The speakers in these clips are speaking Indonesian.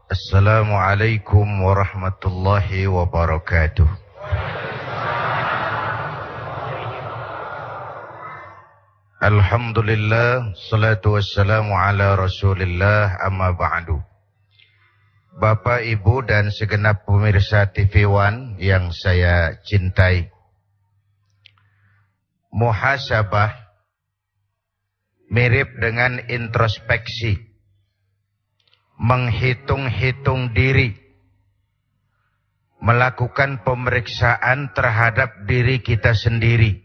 Assalamualaikum warahmatullahi wabarakatuh. Alhamdulillah, salatu wassalamu ala rasulillah, amma ba'du. Bapak, Ibu, dan segenap pemirsa TV One yang saya cintai. Muhasabah mirip dengan introspeksi. Menghitung-hitung diri, melakukan pemeriksaan terhadap diri kita sendiri,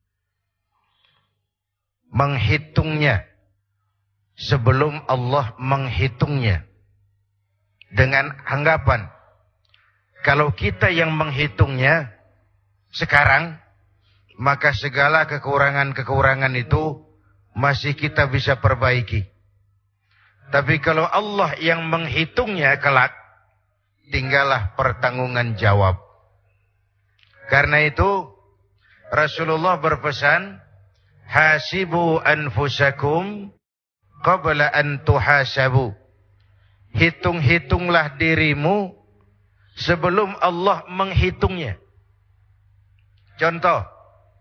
menghitungnya sebelum Allah menghitungnya, dengan anggapan kalau kita yang menghitungnya sekarang, maka segala kekurangan-kekurangan itu masih kita bisa perbaiki. Tapi kalau Allah yang menghitungnya kelak, tinggallah pertanggungan jawab. Karena itu Rasulullah berpesan, hasibu anfusakum qabla an tuhasabu. Hitung-hitunglah dirimu sebelum Allah menghitungnya. Contoh,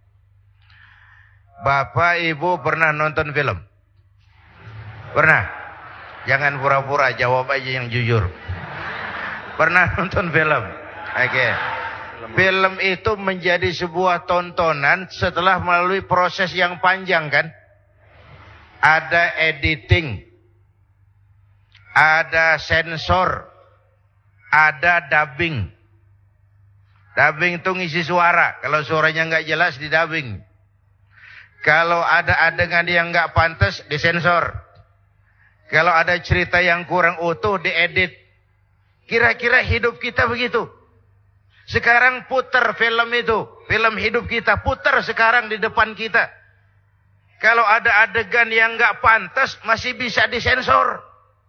Bapak Ibu pernah nonton film? Pernah? Jangan pura-pura, jawab aja yang jujur. Pernah nonton film? Oke. Film itu menjadi sebuah tontonan setelah melalui proses yang panjang, kan? Ada editing, ada sensor, ada dubbing. Dubbing itu ngisi suara. Kalau suaranya nggak jelas, di dubbing. Kalau ada adegan yang nggak pantas, disensor. Kalau ada cerita yang kurang utuh, diedit. Kira-kira hidup kita begitu. Sekarang putar film itu. Film hidup kita putar sekarang di depan kita. Kalau ada adegan yang nggak pantas, masih bisa disensor.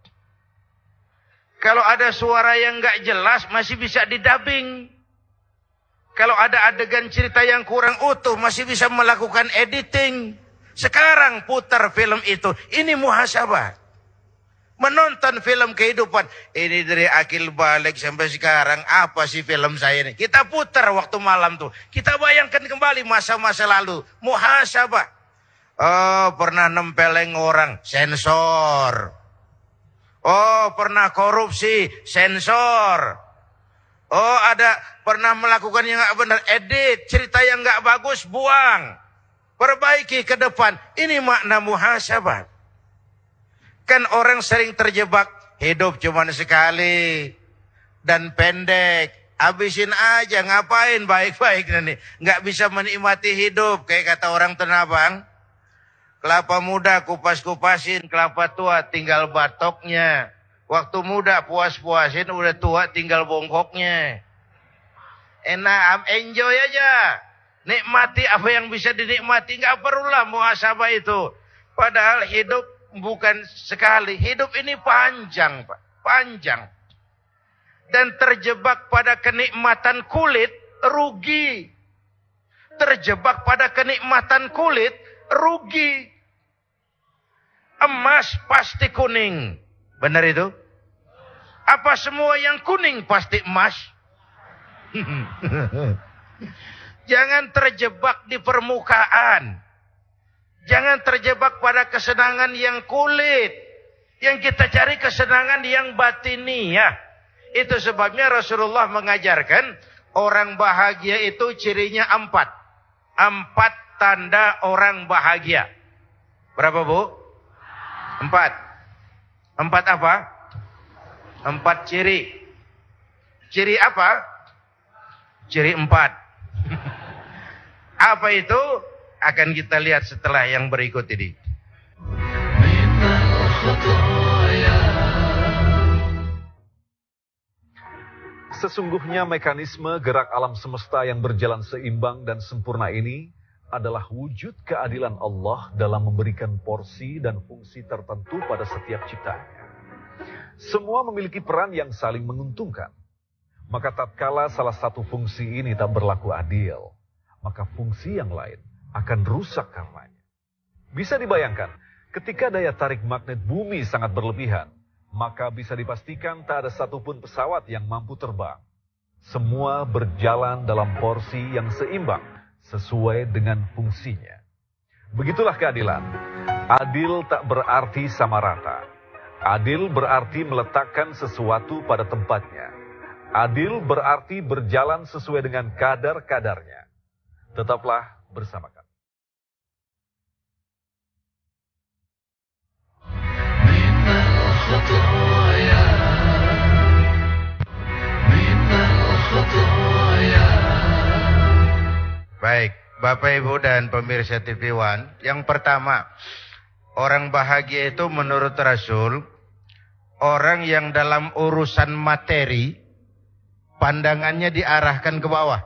Kalau ada suara yang nggak jelas, masih bisa didubbing. Kalau ada adegan cerita yang kurang utuh, masih bisa melakukan editing. Sekarang putar film itu. Ini muhasabah. Menonton film kehidupan. Ini dari akil balik sampai sekarang. Apa sih film saya ini? Kita putar waktu malam tuh. Kita bayangkan kembali masa-masa lalu. Muhasabah. Oh, pernah nempeleng orang. Sensor. Oh, pernah korupsi. Sensor. Oh, ada pernah melakukan yang gak benar. Edit. Cerita yang gak bagus. Buang. Perbaiki ke depan. Ini makna muhasabah. Kan orang sering terjebak, hidup cuma sekali dan pendek. Habisin aja, ngapain baik-baik nanti. Nggak bisa menikmati hidup. Kayak kata orang Tenabang, kelapa muda kupas-kupasin, kelapa tua tinggal batoknya. Waktu muda puas-puasin, udah tua tinggal bongkoknya. Enak, enjoy aja. Nikmati apa yang bisa dinikmati. Nggak perlulah muhasabah itu. Padahal hidup bukan sekali. Hidup ini panjang, Pak. Panjang. Dan terjebak pada kenikmatan kulit, rugi. Terjebak pada kenikmatan kulit, rugi. Emas pasti kuning. Benar itu? Apa semua yang kuning pasti emas? Jangan terjebak di permukaan. Jangan terjebak pada kesenangan yang kulit. Yang kita cari kesenangan yang batiniah. Itu sebabnya Rasulullah mengajarkan orang bahagia itu cirinya 4. 4 tanda orang bahagia. Berapa, Bu? 4. 4 apa? 4 ciri. Ciri apa? Ciri 4. Apa itu? Akan kita lihat setelah yang berikut ini. Sesungguhnya mekanisme gerak alam semesta yang berjalan seimbang dan sempurna ini adalah wujud keadilan Allah dalam memberikan porsi dan fungsi tertentu pada setiap ciptaannya. Semua memiliki peran yang saling menguntungkan. Maka tatkala salah satu fungsi ini tak berlaku adil, maka fungsi yang lain akan rusak karenanya. Bisa dibayangkan, ketika daya tarik magnet bumi sangat berlebihan, maka bisa dipastikan tak ada satupun pesawat yang mampu terbang. Semua berjalan dalam porsi yang seimbang, sesuai dengan fungsinya. Begitulah keadilan. Adil tak berarti sama rata. Adil berarti meletakkan sesuatu pada tempatnya. Adil berarti berjalan sesuai dengan kadar-kadarnya. Tetaplah bersama kami. Baik, Bapak Ibu dan pemirsa TV One, yang pertama, orang bahagia itu menurut Rasul, orang yang dalam urusan materi, pandangannya diarahkan ke bawah.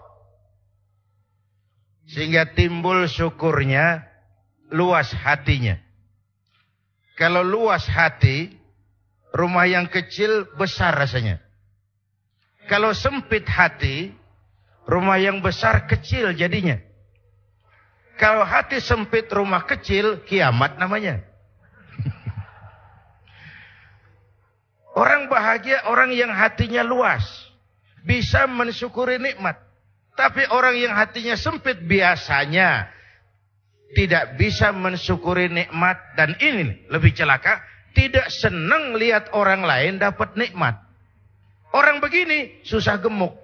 Sehingga timbul syukurnya, luas hatinya. Kalau luas hati, rumah yang kecil besar rasanya. Kalau sempit hati, rumah yang besar kecil jadinya. Kalau hati sempit rumah kecil, kiamat namanya. Orang bahagia, orang yang hatinya luas. Bisa mensyukuri nikmat. Tapi orang yang hatinya sempit biasanya tidak bisa mensyukuri nikmat. Dan ini lebih celaka, tidak senang lihat orang lain dapat nikmat. Orang begini susah gemuk.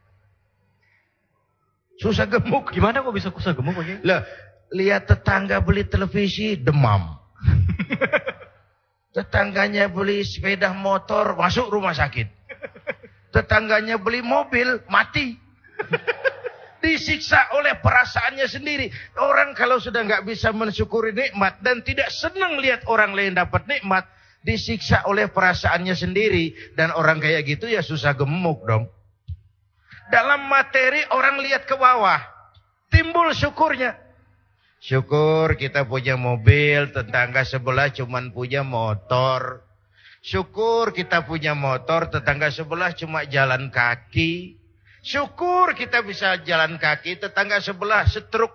Susah gemuk. Gimana kok bisa susah gemuk? Lah, lihat tetangga beli televisi, demam. Tetangganya beli sepeda motor, masuk rumah sakit. Tetangganya beli mobil, mati. Disiksa oleh perasaannya sendiri. Orang kalau sudah nggak bisa mensyukuri nikmat dan tidak senang lihat orang lain dapat nikmat, disiksa oleh perasaannya sendiri. Dan orang kayak gitu ya susah gemuk dong. Dalam materi orang lihat ke bawah, timbul syukurnya. Syukur kita punya mobil, tetangga sebelah cuman punya motor. Syukur kita punya motor, tetangga sebelah cuma jalan kaki. Syukur kita bisa jalan kaki, tetangga sebelah stroke.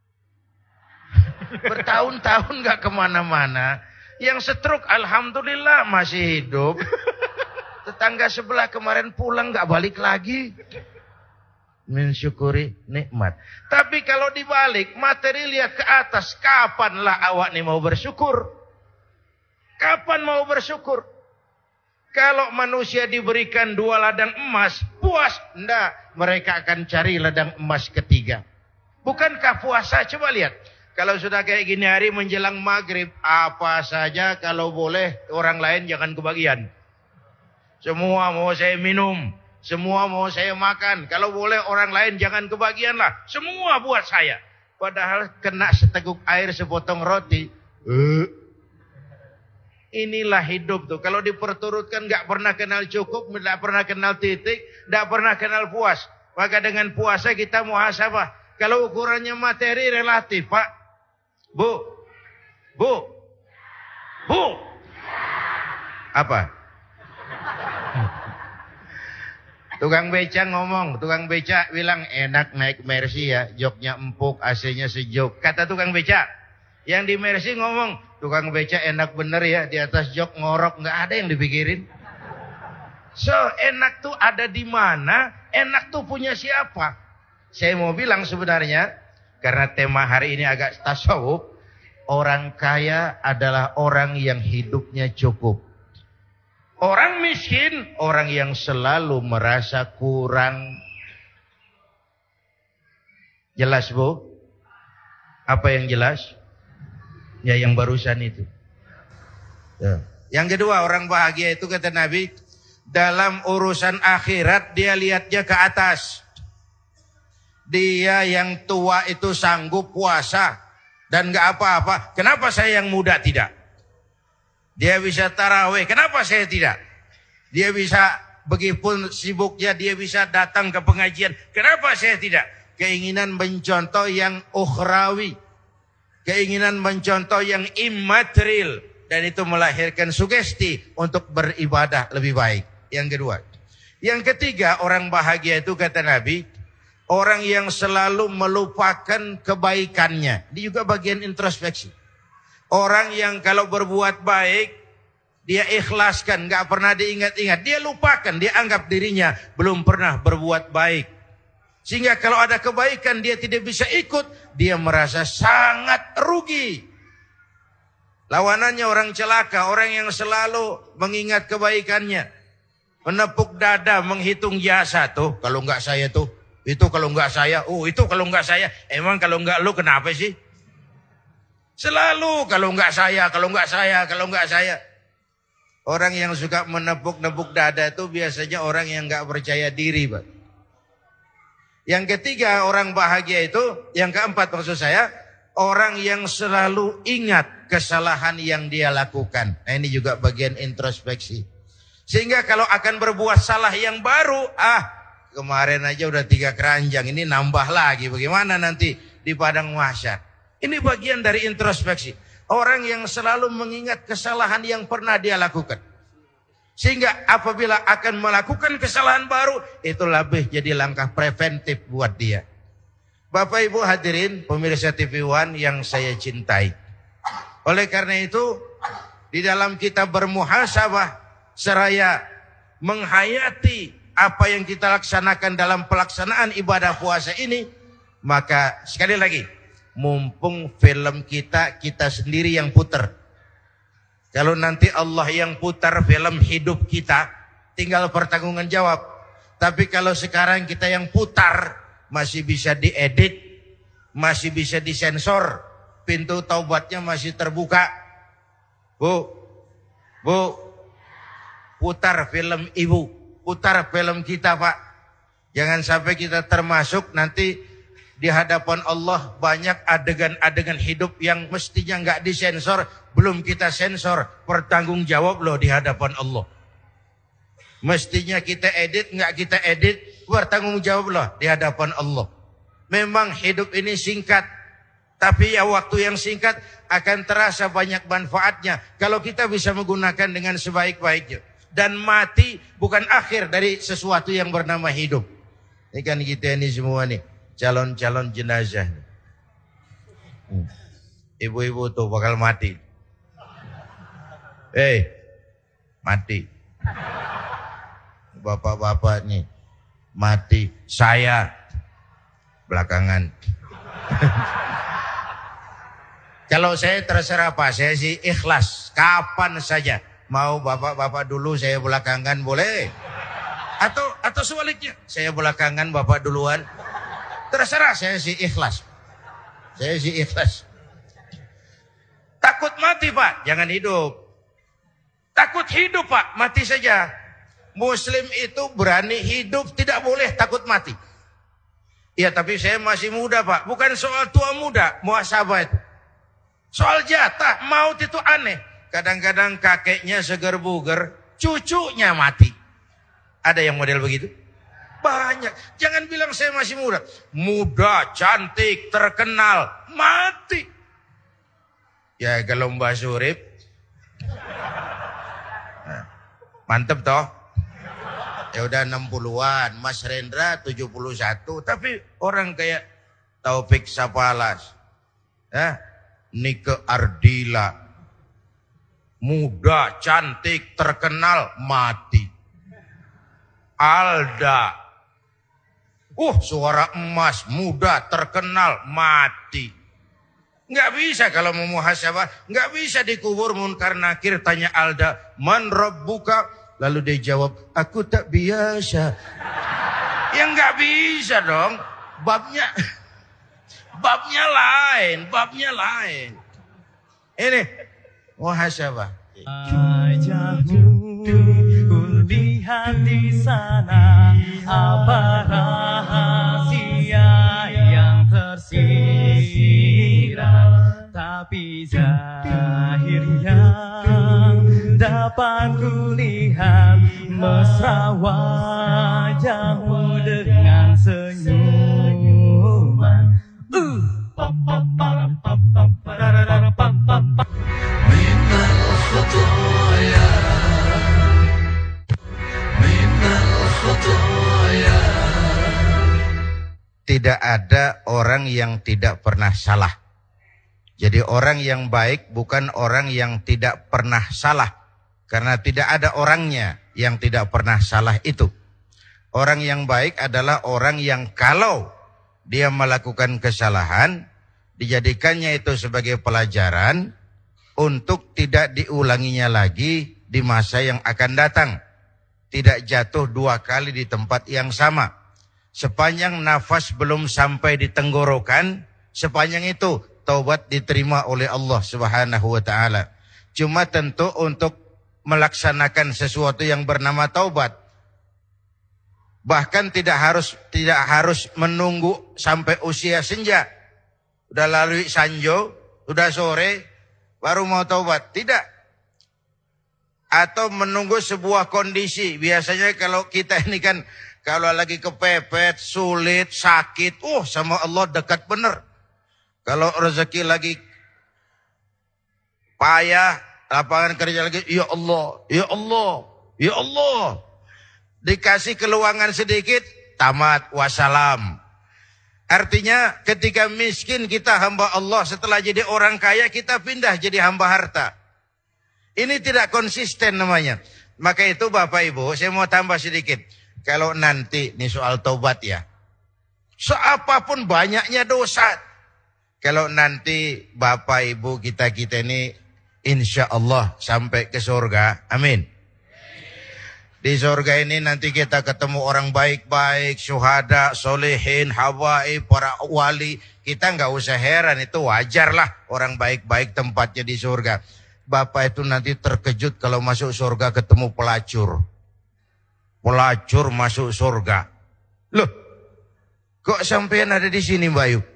Bertahun-tahun gak kemana-mana. Yang stroke alhamdulillah masih hidup. Tetangga sebelah kemarin pulang gak balik lagi. Mensyukuri nikmat. Tapi kalau dibalik, materi lihat ke atas, kapanlah awak nih mau bersyukur? Kapan mau bersyukur? Kalau manusia diberikan 2 ladang emas, puas? Enggak, mereka akan cari ladang emas ketiga. Bukankah puasa? Coba lihat. Kalau sudah kayak gini hari menjelang maghrib, apa saja kalau boleh orang lain jangan kebagian. Semua mau saya minum. Semua mau saya makan. Kalau boleh orang lain jangan kebagian lah. Semua buat saya. Padahal kena seteguk air sepotong roti. Inilah hidup tuh. Kalau diperturutkan gak pernah kenal cukup. Gak pernah kenal titik. Gak pernah kenal puas. Maka dengan puasa kita muhasabah. Kalau ukurannya materi relatif Pak. Bu. Apa? Tukang beca ngomong, tukang beca bilang enak naik Mercy ya, joknya empuk, AC-nya sejuk. Kata tukang beca, yang di Mercy ngomong, tukang beca enak bener ya, di atas jok ngorok, nggak ada yang dipikirin. So, enak tuh ada di mana? Enak tuh punya siapa? Saya mau bilang sebenarnya, karena tema hari ini agak tasawuf, orang kaya adalah orang yang hidupnya cukup. Orang miskin, orang yang selalu merasa kurang. Jelas Bu? Apa yang jelas? Ya yang barusan itu. Ya. Yang kedua, orang bahagia itu kata Nabi, dalam urusan akhirat dia lihatnya ke atas. Dia yang tua itu sanggup puasa dan gak apa-apa. Kenapa saya yang muda tidak? Dia bisa tarawih, kenapa saya tidak? Dia bisa, begipun sibuknya, dia bisa datang ke pengajian. Kenapa saya tidak? Keinginan mencontoh yang ukhrawi. Keinginan mencontoh yang immaterial. Dan itu melahirkan sugesti untuk beribadah lebih baik. Yang kedua. Yang ketiga, orang bahagia itu kata Nabi, orang yang selalu melupakan kebaikannya. Ini juga bagian introspeksi. Orang yang kalau berbuat baik, dia ikhlaskan, nggak pernah diingat-ingat, dia lupakan, dia anggap dirinya belum pernah berbuat baik. Sehingga kalau ada kebaikan dia tidak bisa ikut, dia merasa sangat rugi. Lawanannya orang celaka, orang yang selalu mengingat kebaikannya, menepuk dada, menghitung jasa tuh. Kalau nggak saya tuh, itu kalau nggak saya, itu kalau nggak saya. Emang kalau nggak lu kenapa sih? Selalu kalau nggak saya, kalau nggak saya, kalau nggak saya. Orang yang suka menepuk-nepuk dada itu biasanya orang yang nggak percaya diri, Pak. Yang ketiga, orang bahagia itu, yang keempat maksud saya, orang yang selalu ingat kesalahan yang dia lakukan. Nah, ini juga bagian introspeksi. Sehingga kalau akan berbuat salah yang baru, kemarin aja udah 3 keranjang, ini nambah lagi. Bagaimana nanti di padang mahsyar? Ini bagian dari introspeksi. Orang yang selalu mengingat kesalahan yang pernah dia lakukan. Sehingga apabila akan melakukan kesalahan baru, itu lebih jadi langkah preventif buat dia. Bapak Ibu hadirin, pemirsa TV One yang saya cintai. Oleh karena itu, di dalam kita bermuhasabah, seraya menghayati apa yang kita laksanakan dalam pelaksanaan ibadah puasa ini, maka sekali lagi, mumpung film kita sendiri yang putar. Kalau nanti Allah yang putar film hidup kita, tinggal pertanggungan jawab. Tapi kalau sekarang kita yang putar, masih bisa diedit, masih bisa disensor, pintu taubatnya masih terbuka. Bu, putar film ibu, putar film kita, Pak. Jangan sampai kita termasuk nanti di hadapan Allah banyak adegan-adegan hidup yang mestinya nggak disensor, belum kita sensor, bertanggung jawab loh di hadapan Allah. Mestinya kita edit, nggak kita edit, bertanggung jawab loh di hadapan Allah. Memang hidup ini singkat, tapi ya waktu yang singkat akan terasa banyak manfaatnya kalau kita bisa menggunakan dengan sebaik-baiknya. Dan mati bukan akhir dari sesuatu yang bernama hidup. Ini kan kita ini semua nih, calon-calon jenazah. Ibu-ibu tuh bakal mati. Mati. Bapak-bapak nih mati. Saya belakangan. Kalau saya terserah Pak, saya sih ikhlas kapan saja. Mau bapak-bapak dulu, saya belakangan boleh. Atau sebaliknya, saya belakangan bapak duluan. Terserah, saya sih ikhlas. Saya sih ikhlas. Takut mati Pak, jangan hidup. Takut hidup Pak, mati saja. Muslim itu berani hidup, tidak boleh takut mati. Ya tapi saya masih muda Pak. Bukan soal tua muda, muhasabah itu. Soal jatah, maut itu aneh. Kadang-kadang kakeknya seger buger, cucunya mati. Ada yang model begitu? Banyak. Jangan bilang saya masih muda. Muda, cantik, terkenal, mati. Ya kalau Mbak Surip, mantep toh. Ya udah 60-an, Mas Rendra 71, tapi orang kayak Taufik Sapalas, Nike Ardila, muda, cantik, terkenal, mati. Alda, suara emas, muda, terkenal, mati. Nggak bisa kalau mau muhasabah, nggak bisa dikubur Munkar Nakir. Tanya Alda, man rabbuka? Lalu dia jawab, aku tak biasa. Ya nggak bisa dong. Babnya lain. Ini muhasabah. Ku lihat di sana apa rahasia yang tersirat, tapi zahirnya dapat kulihat mesra wajahmu dengan senyuman. Tidak ada orang yang tidak pernah salah. Jadi orang yang baik bukan orang yang tidak pernah salah. Karena tidak ada orangnya yang tidak pernah salah itu. Orang yang baik adalah orang yang kalau dia melakukan kesalahan, dijadikannya itu sebagai pelajaran untuk tidak diulanginya lagi di masa yang akan datang. Tidak jatuh 2 kali di tempat yang sama. Sepanjang nafas belum sampai di tenggorokan, sepanjang itu taubat diterima oleh Allah Subhanahu wa taala. Cuma tentu untuk melaksanakan sesuatu yang bernama taubat, bahkan tidak harus menunggu sampai usia senja. Udah lalui sanjo, udah sore, baru mau taubat. Tidak. Atau menunggu sebuah kondisi. Biasanya kalau kita ini kan, kalau lagi kepepet, sulit, sakit, sama Allah dekat bener. Kalau rezeki lagi payah, lapangan kerja lagi, ya Allah, ya Allah, ya Allah. Dikasih keluangan sedikit, tamat, wassalam. Artinya ketika miskin kita hamba Allah, setelah jadi orang kaya kita pindah jadi hamba harta. Ini tidak konsisten namanya. Maka itu Bapak Ibu, saya mau tambah sedikit. Kalau nanti, ini soal taubat ya. Seapapun banyaknya dosa. Kalau nanti Bapak Ibu kita ini insya Allah sampai ke surga. Amin. Di surga ini nanti kita ketemu orang baik-baik, syuhada, solehin, hawaib, para wali. Kita nggak usah heran, itu wajar lah orang baik-baik tempatnya di surga. Bapak itu nanti terkejut kalau masuk surga ketemu pelacur. Pelacur masuk surga. Loh, kok sampean ada di sini Mbak Yuk?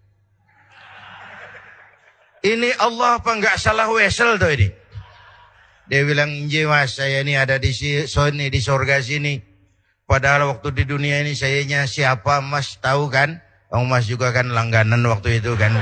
Ini Allah apa nggak salah wesel tuh ini? Dia bilang, "Nje Mas, saya ini ada di sini di surga sini. Padahal waktu di dunia ini sayanya siapa Mas tahu kan? Oh, Mas juga kan langganan waktu itu kan."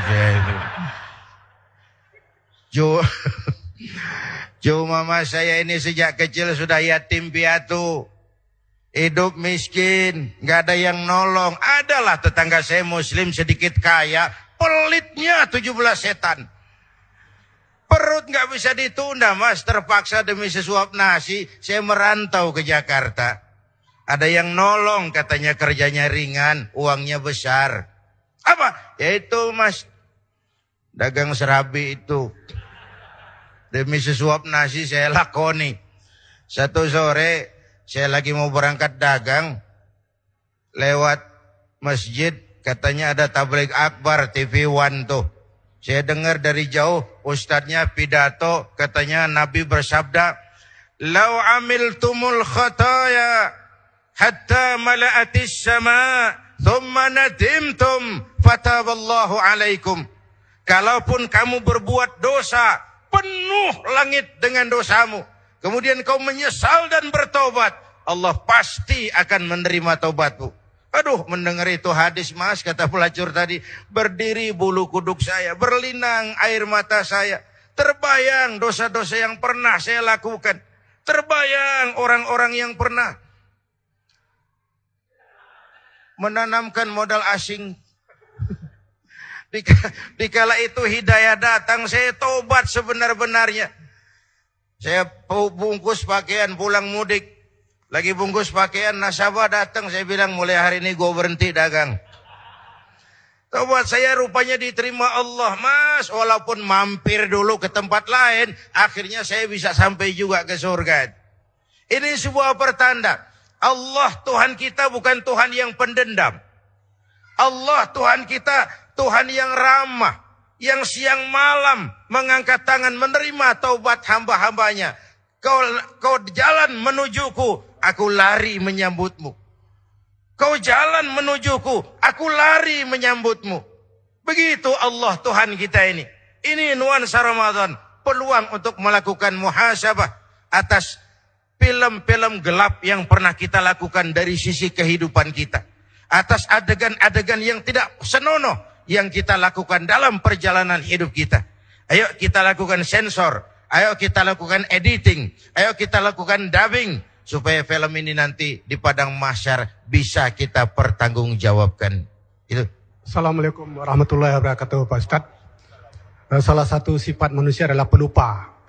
Cuma Mas saya ini sejak kecil sudah yatim piatu. Hidup miskin, nggak ada yang nolong. Adalah tetangga saya muslim sedikit kaya, pelitnya 17 setan. Perut nggak bisa ditunda Mas, terpaksa demi sesuap nasi saya merantau ke Jakarta. Ada yang nolong, katanya kerjanya ringan, uangnya besar. Apa? Yaitu Mas, dagang serabi itu. Demi sesuap nasi saya lakoni. Satu sore saya lagi mau berangkat dagang, lewat masjid, katanya ada tabligh akbar TV One tuh. Saya dengar dari jauh, ustadznya pidato, katanya Nabi bersabda, "Lau amiltumul khataya hatta mala'atis sama, thumma nadimtum, fataballahu alaikum." Kalaupun kamu berbuat dosa, penuh langit dengan dosamu, kemudian kau menyesal dan bertobat, Allah pasti akan menerima taubatmu. Aduh, mendengar itu hadis Mas, kata pelacur tadi, berdiri bulu kuduk saya, berlinang air mata saya. Terbayang dosa-dosa yang pernah saya lakukan. Terbayang orang-orang yang pernah menanamkan modal asing. Dikala itu hidayah datang, saya tobat sebenar-benarnya. Saya bungkus pakaian pulang mudik. Lagi bungkus pakaian, nasabah datang, saya bilang mulai hari ini gue berhenti dagang. Tobat saya rupanya diterima Allah Mas, walaupun mampir dulu ke tempat lain, akhirnya saya bisa sampai juga ke surga. Ini sebuah pertanda, Allah Tuhan kita bukan Tuhan yang pendendam. Allah Tuhan kita Tuhan yang ramah, yang siang malam mengangkat tangan menerima taubat hamba-hambanya. Kau jalan menujuku, aku lari menyambutmu. Kau jalan menujuku, aku lari menyambutmu. Begitu Allah Tuhan kita ini. Ini nuansa Ramadan, peluang untuk melakukan muhasabah atas film-film gelap yang pernah kita lakukan dari sisi kehidupan kita. Atas adegan-adegan yang tidak senonoh yang kita lakukan dalam perjalanan hidup kita. Ayo kita lakukan sensor. Ayo kita lakukan editing, ayo kita lakukan dubbing, supaya film ini nanti di padang mahsyar bisa kita pertanggungjawabkan. Itu. Assalamualaikum warahmatullahi wabarakatuh Pak Ustadz. Salah satu sifat manusia adalah pelupa.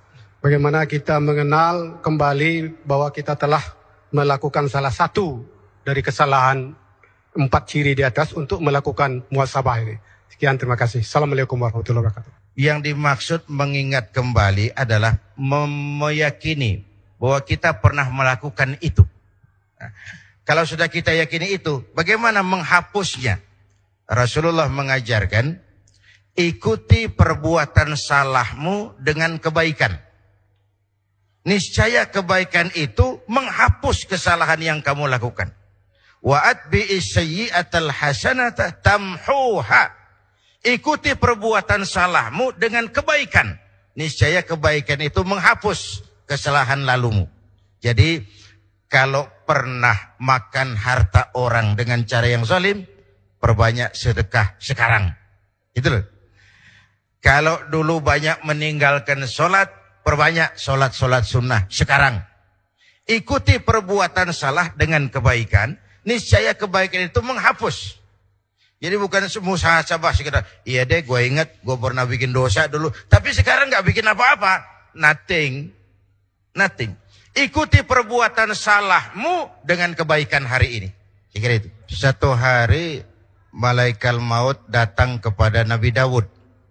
bagaimana kita mengenal kembali bahwa kita telah melakukan salah satu dari kesalahan 4 ciri di atas untuk melakukan muhasabah ini. Sekian, terima kasih. Assalamualaikum warahmatullahi wabarakatuh. Yang dimaksud mengingat kembali adalah meyakini bahwa kita pernah melakukan itu. Nah, kalau sudah kita yakini itu, bagaimana menghapusnya? Rasulullah mengajarkan, ikuti perbuatan salahmu dengan kebaikan. Niscaya kebaikan itu menghapus kesalahan yang kamu lakukan. Wa atbi'is sayyi'atal hasanata tamhuha. Ikuti perbuatan salahmu dengan kebaikan. Niscaya kebaikan itu menghapus kesalahan lalumu. Jadi kalau pernah makan harta orang dengan cara yang zalim, perbanyak sedekah sekarang. Itu loh. Kalau dulu banyak meninggalkan sholat, perbanyak sholat-sholat sunnah sekarang. Ikuti perbuatan salah dengan kebaikan, niscaya kebaikan itu menghapus. Jadi bukan muhasabah sekedar, iya deh gue ingat gue pernah bikin dosa dulu, tapi sekarang gak bikin apa-apa. Nothing. Ikuti perbuatan salahmu dengan kebaikan hari ini. Kira itu. Satu hari malaikat maut datang kepada Nabi Daud.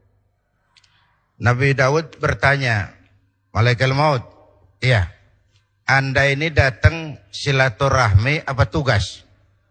Nabi Daud bertanya, malaikat maut, iya, Anda ini datang silaturahmi apa tugas?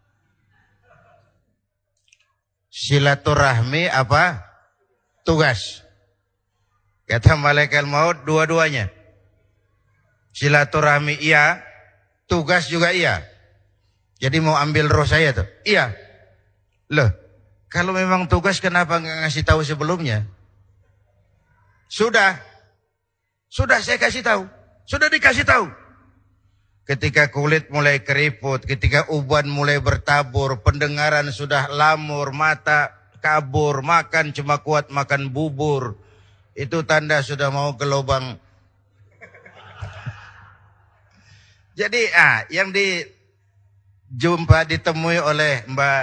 Silaturahmi apa tugas? Kata malaikat maut, dua-duanya. Silaturahmi iya, tugas juga iya. Jadi mau ambil roh saya tuh? Iya. Loh, kalau memang tugas kenapa nggak ngasih tahu sebelumnya? Sudah saya kasih tahu. Sudah dikasih tahu. Ketika kulit mulai keriput, ketika uban mulai bertabur, pendengaran sudah lamur, mata kabur, makan cuma kuat makan bubur. Itu tanda sudah mau ke lubang. Jadi yang ditemui oleh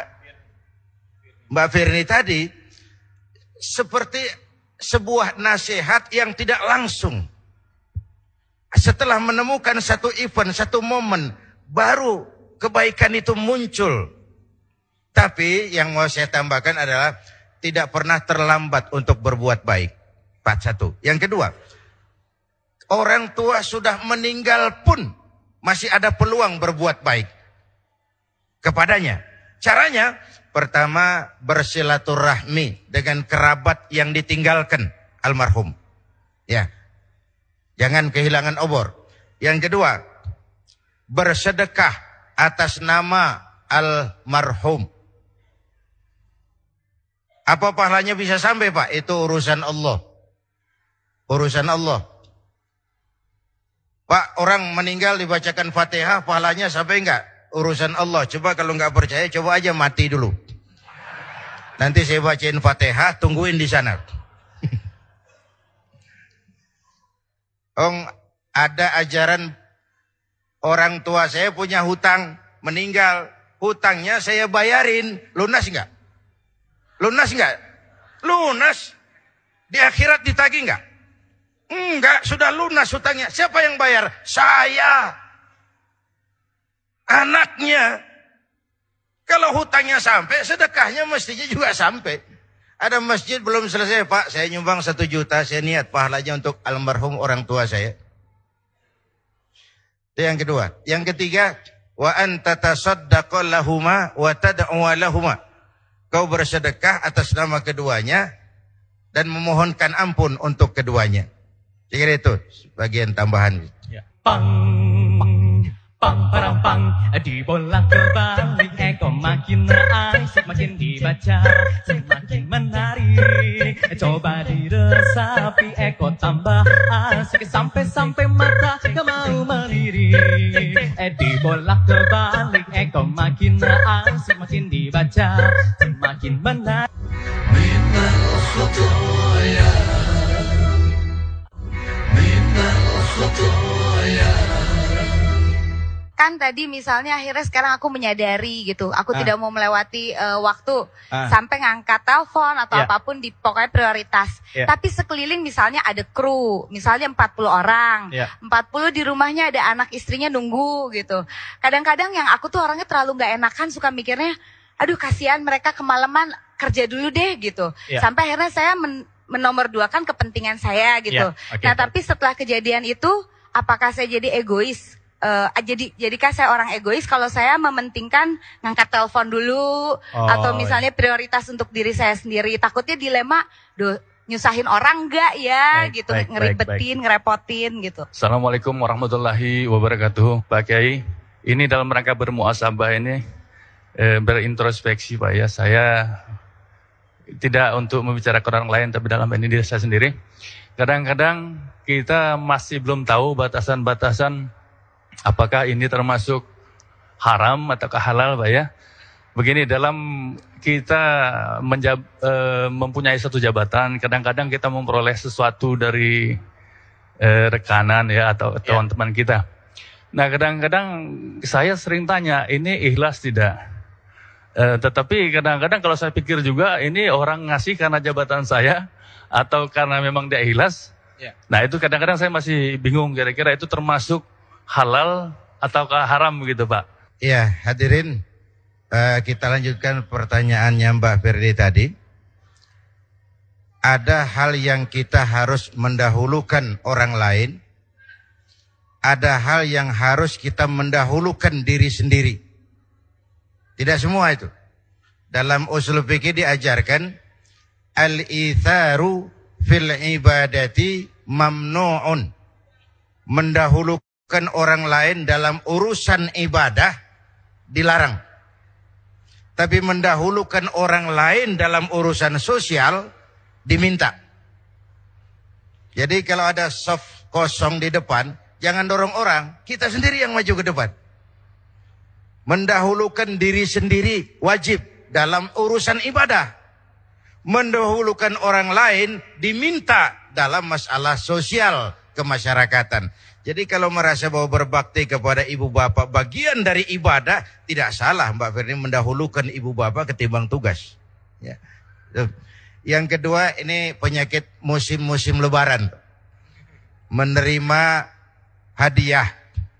Mbak Firni tadi seperti sebuah nasihat yang tidak langsung. Setelah menemukan satu event, satu momen, baru kebaikan itu muncul. Tapi yang mau saya tambahkan adalah tidak pernah terlambat untuk berbuat baik. Part 1. Yang kedua, orang tua sudah meninggal pun masih ada peluang berbuat baik kepadanya. Caranya, pertama bersilaturahmi dengan kerabat yang ditinggalkan almarhum. Ya. Jangan kehilangan obor. Yang kedua, bersedekah atas nama almarhum. Apa pahalanya bisa sampai, Pak? Itu urusan Allah. Urusan Allah. Pak, orang meninggal dibacakan Fatihah, pahalanya sampai enggak? Urusan Allah. Coba kalau enggak percaya, coba aja mati dulu. Nanti saya bacain Fatihah, tungguin di sana. Ada ajaran orang tua saya punya hutang, meninggal. Hutangnya saya bayarin. Lunas enggak? Lunas enggak? Lunas. Di akhirat ditagih enggak? Enggak, sudah lunas hutangnya. Siapa yang bayar? Saya. Anaknya. Kalau hutangnya sampai, sedekahnya mestinya juga sampai. Ada masjid belum selesai, Pak. Saya nyumbang 1 juta. Saya niat pahalanya untuk almarhum orang tua saya. Itu yang kedua. Yang ketiga, wa anta tasaddaqu lahuma wa tad'u lahuma. Kau bersedekah atas nama keduanya dan memohonkan ampun untuk keduanya. Kira itu bagian tambahan. Ya. Pang parang pang dibolak-balik kok makin asik, makin dibaca semakin menarik. Coba diresapi kok tambah asik sampai mata gak mau melirik. Dibolak-balik kok makin asik, makin dibaca semakin menarik. kan tadi misalnya akhirnya sekarang aku menyadari gitu, aku tidak mau melewati waktu sampai ngangkat telepon atau apapun di pokoknya prioritas. Tapi sekeliling misalnya ada kru, misalnya 40 orang, 40 di rumahnya ada anak istrinya nunggu gitu. Kadang-kadang yang aku tuh orangnya terlalu nggak enakan, suka mikirnya, aduh kasihan mereka kemalaman, kerja dulu deh gitu. Sampai akhirnya saya menomorduakan kepentingan saya gitu. Nah tapi setelah kejadian itu, apakah saya jadi egois? Jadikah saya orang egois kalau saya mementingkan ngangkat telepon dulu atau misalnya prioritas untuk diri saya sendiri, takutnya dilema nyusahin orang enggak ya gitu, ngeribetin, ngerepotin gitu. Assalamualaikum warahmatullahi wabarakatuh. Pak Kiai, ini dalam rangka bermuasabah ini berintrospeksi Pak ya, saya tidak untuk membicarakan orang lain tapi dalam ini diri saya sendiri. Kadang-kadang kita masih belum tahu batasan-batasan apakah ini termasuk haram atau halal Pak ya. Begini, dalam kita mempunyai satu jabatan, kadang-kadang kita memperoleh sesuatu dari rekanan ya atau teman-teman kita. Nah kadang-kadang saya sering tanya, ini ikhlas tidak? Tetapi kadang-kadang kalau saya pikir juga, ini orang ngasih karena jabatan saya atau karena memang dia ikhlas. Nah itu kadang-kadang saya masih bingung, kira-kira itu termasuk halal ataukah haram begitu Pak? Iya, hadirin, kita lanjutkan pertanyaannya Mbak Ferdi tadi. Ada hal yang kita harus mendahulukan orang lain, ada hal yang harus kita mendahulukan diri sendiri. Tidak semua itu. Dalam usul fikih diajarkan al-itharu fil ibadati mamnu'un. Mendahulukan orang lain dalam urusan ibadah dilarang. Tapi mendahulukan orang lain dalam urusan sosial diminta. Jadi kalau ada soft kosong di depan, jangan dorong orang, kita sendiri yang maju ke depan. Mendahulukan diri sendiri wajib dalam urusan ibadah. Mendahulukan orang lain diminta dalam masalah sosial kemasyarakatan. Jadi kalau merasa bahwa berbakti kepada ibu bapak bagian dari ibadah, tidak salah Mbak Ferdi mendahulukan ibu bapak ketimbang tugas. Ya. Yang kedua, ini penyakit musim-musim lebaran. Menerima hadiah.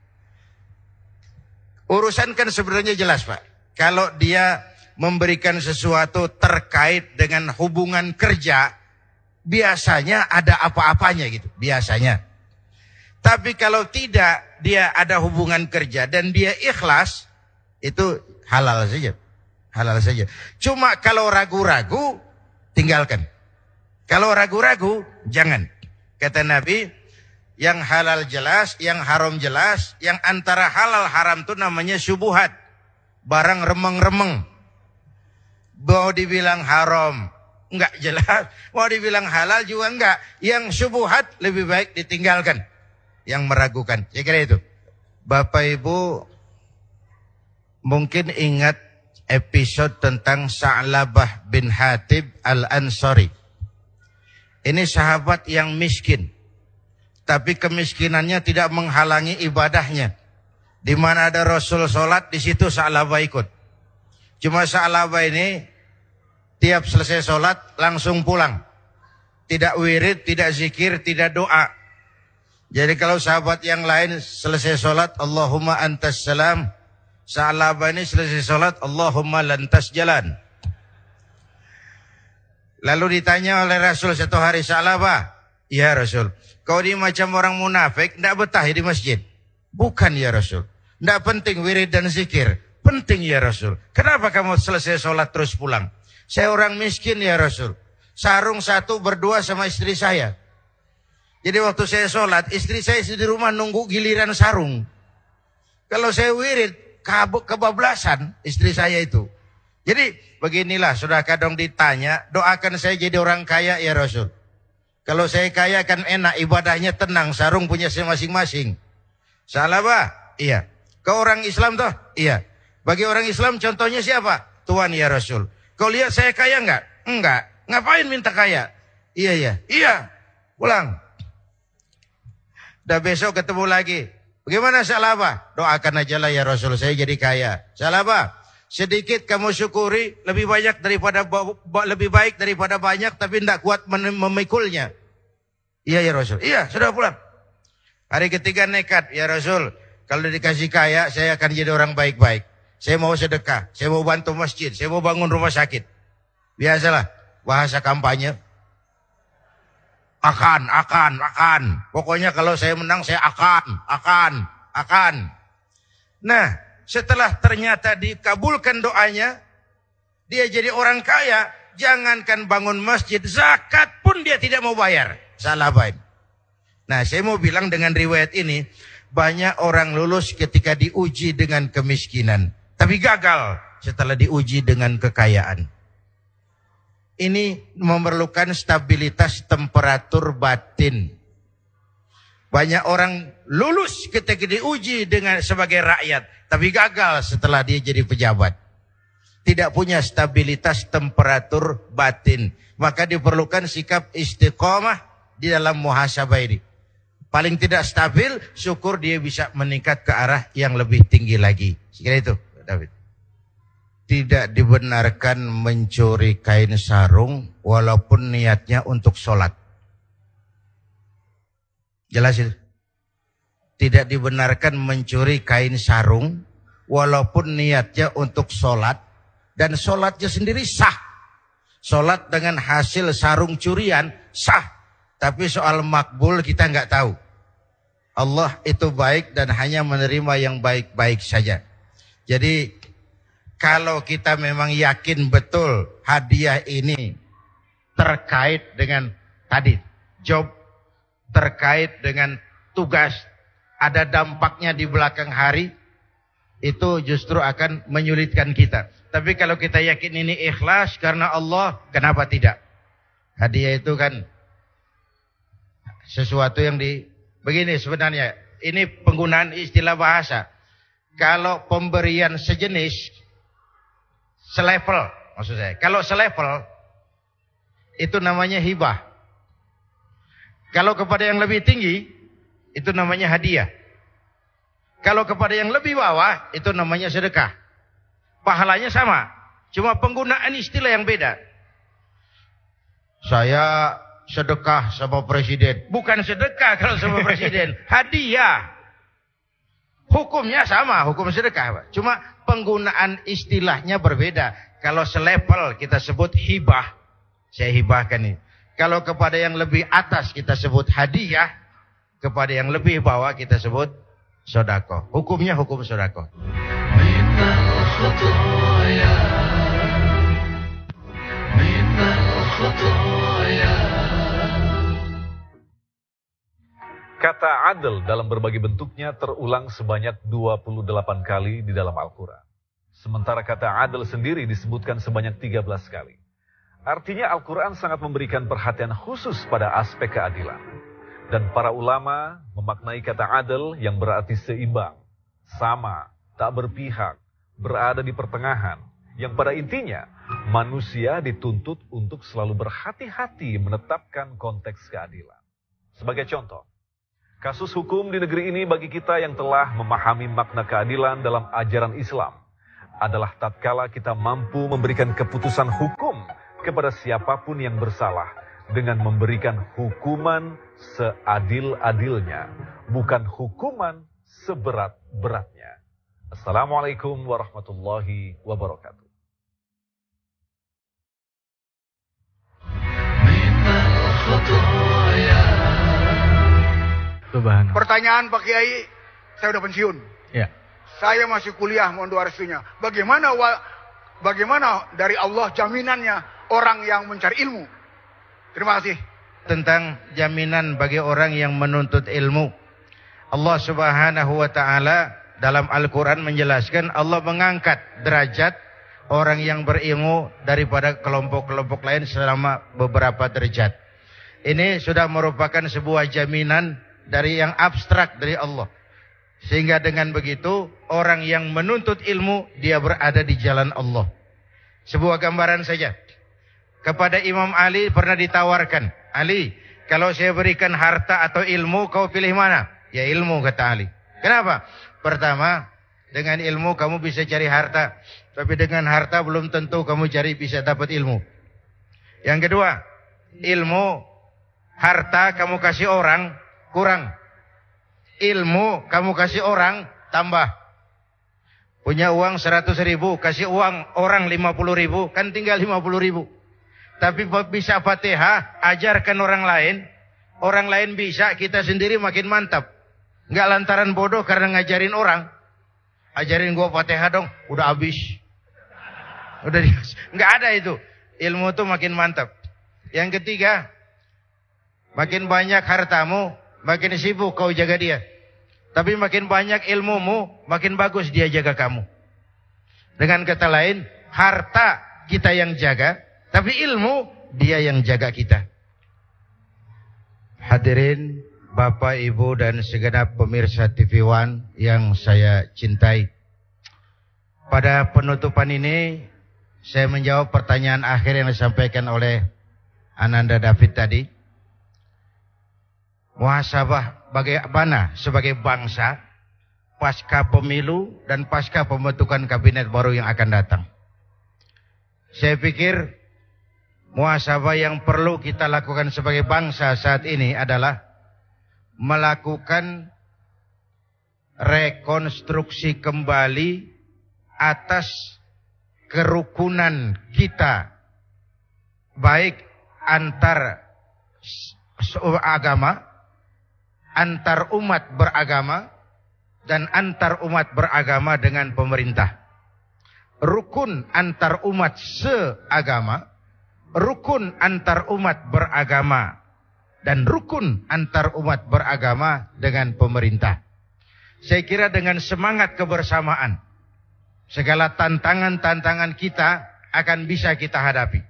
Urusan kan sebenarnya jelas Pak. Kalau dia memberikan sesuatu terkait dengan hubungan kerja, biasanya ada apa-apanya gitu, biasanya. Tapi kalau tidak, dia ada hubungan kerja dan dia ikhlas, itu halal saja. Halal saja. Cuma kalau ragu-ragu, tinggalkan. Kalau ragu-ragu, jangan. Kata Nabi, yang halal jelas, yang haram jelas, yang antara halal haram itu namanya syubuhat. Barang remeng-remeng. Mau dibilang haram, enggak jelas. Mau dibilang halal juga enggak. Yang syubuhat lebih baik ditinggalkan. Yang meragukan, saya kira itu. Bapak Ibu mungkin ingat episode tentang Sa'labah bin Hatib al-Ansari. Ini sahabat yang miskin, tapi kemiskinannya tidak menghalangi ibadahnya. Di mana ada Rasul sholat, di situ Sa'labah ikut. Cuma Sa'labah ini tiap selesai sholat langsung pulang. Tidak wirid, tidak zikir, tidak doa. Jadi kalau sahabat yang lain selesai sholat, Allahumma antas salam. Sa'labah ini selesai sholat, Allahumma lantas jalan. Lalu ditanya oleh Rasul satu hari, Sa'labah, ya Rasul, kau ini macam orang munafik, tidak betah di masjid. Bukan ya Rasul, tidak penting wirid dan zikir. Penting ya Rasul. Kenapa kamu selesai sholat terus pulang? Saya orang miskin ya Rasul. Sarung satu berdua sama istri saya. Jadi waktu saya sholat, istri saya di rumah nunggu giliran sarung. Kalau saya wirid, kebablasan istri saya itu. Jadi beginilah, sudah kadang ditanya, doakan saya jadi orang kaya ya Rasul. Kalau saya kaya kan enak, ibadahnya tenang, sarung punya saya masing-masing. Sa'labah? Iya. Kau orang Islam toh? Iya. Bagi orang Islam contohnya siapa? Tuhan ya Rasul. Kau lihat saya kaya enggak? Enggak. Ngapain minta kaya? Iya. Pulang. Dah besok ketemu lagi. Bagaimana salah apa? Doakan aja lah ya Rasul, saya jadi kaya. Salah apa? Sedikit kamu syukuri, lebih baik daripada banyak, tapi tidak kuat memikulnya. Iya ya Rasul. Iya, sudah pulang. Hari ketiga nekat, ya Rasul, kalau dikasih kaya, saya akan jadi orang baik-baik. Saya mau sedekah, saya mau bantu masjid, saya mau bangun rumah sakit. Biasalah, bahasa kampanye. Akan. Pokoknya kalau saya menang, saya akan. Nah, setelah ternyata dikabulkan doanya, dia jadi orang kaya, jangankan bangun masjid, zakat pun dia tidak mau bayar. Salah baik. Nah, saya mau bilang dengan riwayat ini, banyak orang lulus ketika diuji dengan kemiskinan, tapi gagal setelah diuji dengan kekayaan. Ini memerlukan stabilitas temperatur batin. Banyak orang lulus ketika diuji sebagai rakyat, tapi gagal setelah dia jadi pejabat. Tidak punya stabilitas temperatur batin. Maka diperlukan sikap istiqomah di dalam muhasabah ini. Paling tidak stabil, syukur dia bisa meningkat ke arah yang lebih tinggi lagi. Sekira itu, David. Tidak dibenarkan mencuri kain sarung walaupun niatnya untuk sholat. Jelas itu? Tidak dibenarkan mencuri kain sarung walaupun niatnya untuk sholat. Dan sholatnya sendiri sah. Sholat dengan hasil sarung curian sah. Tapi soal makbul kita nggak tahu. Allah itu baik dan hanya menerima yang baik-baik saja. Jadi kalau kita memang yakin betul hadiah ini terkait dengan tadi job, terkait dengan tugas, ada dampaknya di belakang hari, itu justru akan menyulitkan kita. Tapi kalau kita yakin ini ikhlas karena Allah, kenapa tidak? Hadiah itu kan sesuatu yang begini sebenarnya, ini penggunaan istilah bahasa. Kalau pemberian sejenis, selevel, maksud saya. Kalau selevel, itu namanya hibah. Kalau kepada yang lebih tinggi, itu namanya hadiah. Kalau kepada yang lebih bawah, itu namanya sedekah. Pahalanya sama, cuma penggunaan istilah yang beda. Saya sedekah sama presiden. Bukan sedekah kalau sama presiden. Hadiah. Hukumnya sama, hukum sedekah. Cuma penggunaan istilahnya berbeda. Kalau selevel kita sebut hibah. Saya hibahkan ini. Kalau kepada yang lebih atas kita sebut hadiah. Kepada yang lebih bawah kita sebut sedekah. Hukumnya hukum sedekah. Kata adil dalam berbagai bentuknya terulang sebanyak 28 kali di dalam Al-Quran. Sementara kata adil sendiri disebutkan sebanyak 13 kali. Artinya Al-Quran sangat memberikan perhatian khusus pada aspek keadilan. Dan para ulama memaknai kata adil yang berarti seimbang, sama, tak berpihak, berada di pertengahan. Yang pada intinya, manusia dituntut untuk selalu berhati-hati menetapkan konteks keadilan. Sebagai contoh, kasus hukum di negeri ini bagi kita yang telah memahami makna keadilan dalam ajaran Islam adalah tatkala kita mampu memberikan keputusan hukum kepada siapapun yang bersalah dengan memberikan hukuman seadil-adilnya, bukan hukuman seberat-beratnya. Assalamualaikum warahmatullahi wabarakatuh. Pertanyaan Pak Kiai, saya udah pensiun. Ya. Saya masih kuliah, mohon doa restunya. Bagaimana dari Allah jaminannya orang yang mencari ilmu? Terima kasih. Tentang jaminan bagi orang yang menuntut ilmu. Allah Subhanahu wa taala dalam Al-Quran menjelaskan Allah mengangkat derajat orang yang berilmu daripada kelompok-kelompok lain selama beberapa derajat. Ini sudah merupakan sebuah jaminan dari yang abstrak dari Allah. Sehingga dengan begitu orang yang menuntut ilmu dia berada di jalan Allah. Sebuah gambaran saja. Kepada Imam Ali pernah ditawarkan, Ali, kalau saya berikan harta atau ilmu, kau pilih mana? Ya ilmu, kata Ali. Kenapa? Pertama, dengan ilmu kamu bisa cari harta. Tapi dengan harta belum tentu kamu bisa dapat ilmu. Yang kedua, ilmu, harta kamu kasih orang, kurang. Ilmu kamu kasih orang, tambah. Punya uang 100.000, kasih uang orang 50.000, kan tinggal 50.000. Tapi bisa Fatihah, ajarkan orang lain bisa, kita sendiri makin mantap. Enggak lantaran bodoh karena ngajarin orang. Ajarin gua Fatihah dong, udah habis. Enggak ada itu. Ilmu tuh makin mantap. Yang ketiga, makin banyak hartamu, makin sibuk kau jaga dia. Tapi makin banyak ilmumu, makin bagus dia jaga kamu. Dengan kata lain, harta kita yang jaga, tapi ilmu dia yang jaga kita. Hadirin, Bapak, Ibu, dan segenap pemirsa TV One yang saya cintai. Pada penutupan ini, saya menjawab pertanyaan akhir yang disampaikan oleh Ananda David tadi. Muhasabah bagaimana sebagai bangsa pasca pemilu dan pasca pembentukan kabinet baru yang akan datang. Saya pikir muhasabah yang perlu kita lakukan sebagai bangsa saat ini adalah melakukan rekonstruksi kembali atas kerukunan kita, baik antar agama, antar umat beragama, dan antar umat beragama dengan pemerintah. Rukun antar umat seagama, rukun antar umat beragama, dan rukun antar umat beragama dengan pemerintah. Saya kira dengan semangat kebersamaan, segala tantangan-tantangan kita akan bisa kita hadapi.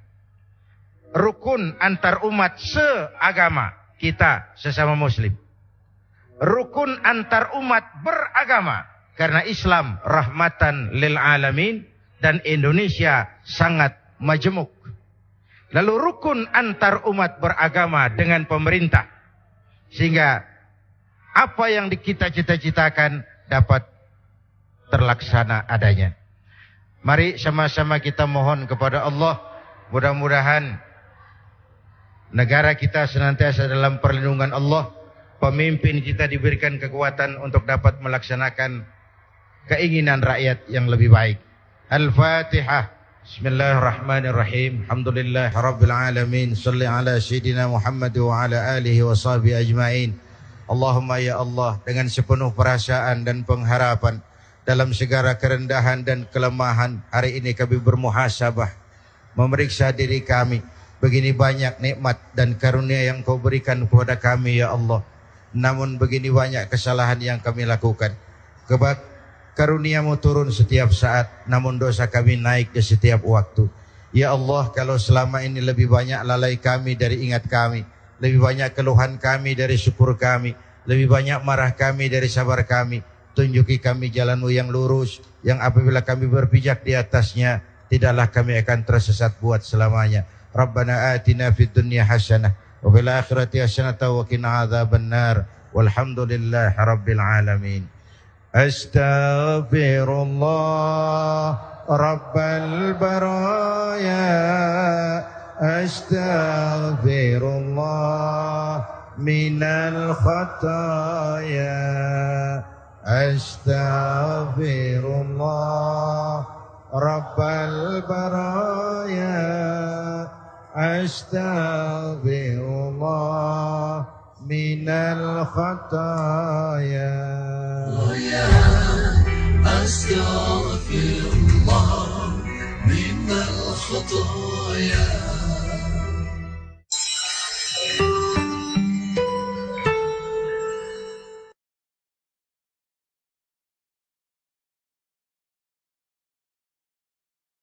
Rukun antar umat seagama, kita sesama muslim. Rukun antar umat beragama, karena Islam rahmatan lil alamin dan Indonesia sangat majemuk. Lalu rukun antar umat beragama dengan pemerintah, sehingga apa yang kita cita-citakan dapat terlaksana adanya. Mari sama-sama kita mohon kepada Allah, mudah-mudahan negara kita senantiasa dalam perlindungan Allah. Pemimpin kita diberikan kekuatan untuk dapat melaksanakan keinginan rakyat yang lebih baik. Al-Fatihah. Bismillahirrahmanirrahim. Alhamdulillah Rabbil Alamin. Salli ala Sayyidina Muhammad wa ala alihi wa sahbihi ajma'in. Allahumma ya Allah, dengan sepenuh perasaan dan pengharapan, dalam segala kerendahan dan kelemahan, hari ini kami bermuhasabah, memeriksa diri kami. Begini banyak nikmat dan karunia yang kau berikan kepada kami ya Allah. Namun begini banyak kesalahan yang kami lakukan. Karuniamu turun setiap saat, namun dosa kami naik di setiap waktu. Ya Allah, kalau selama ini lebih banyak lalai kami dari ingat kami, lebih banyak keluhan kami dari syukur kami, lebih banyak marah kami dari sabar kami, tunjuki kami jalan-Mu yang lurus, yang apabila kami berpijak di atasnya, tidaklah kami akan tersesat buat selamanya. Rabbana atina fid dunya hasanah wa fil akhirati hasanah wa qina adzabannar. Walhamdulillahi rabbil alamin. Astaghfirullah rabbal baraya, astaghfirullah minal khataya, astaghfirullah rabbal baraya, astaghfirullah minal khataya. Astaghfirullah minal khataya.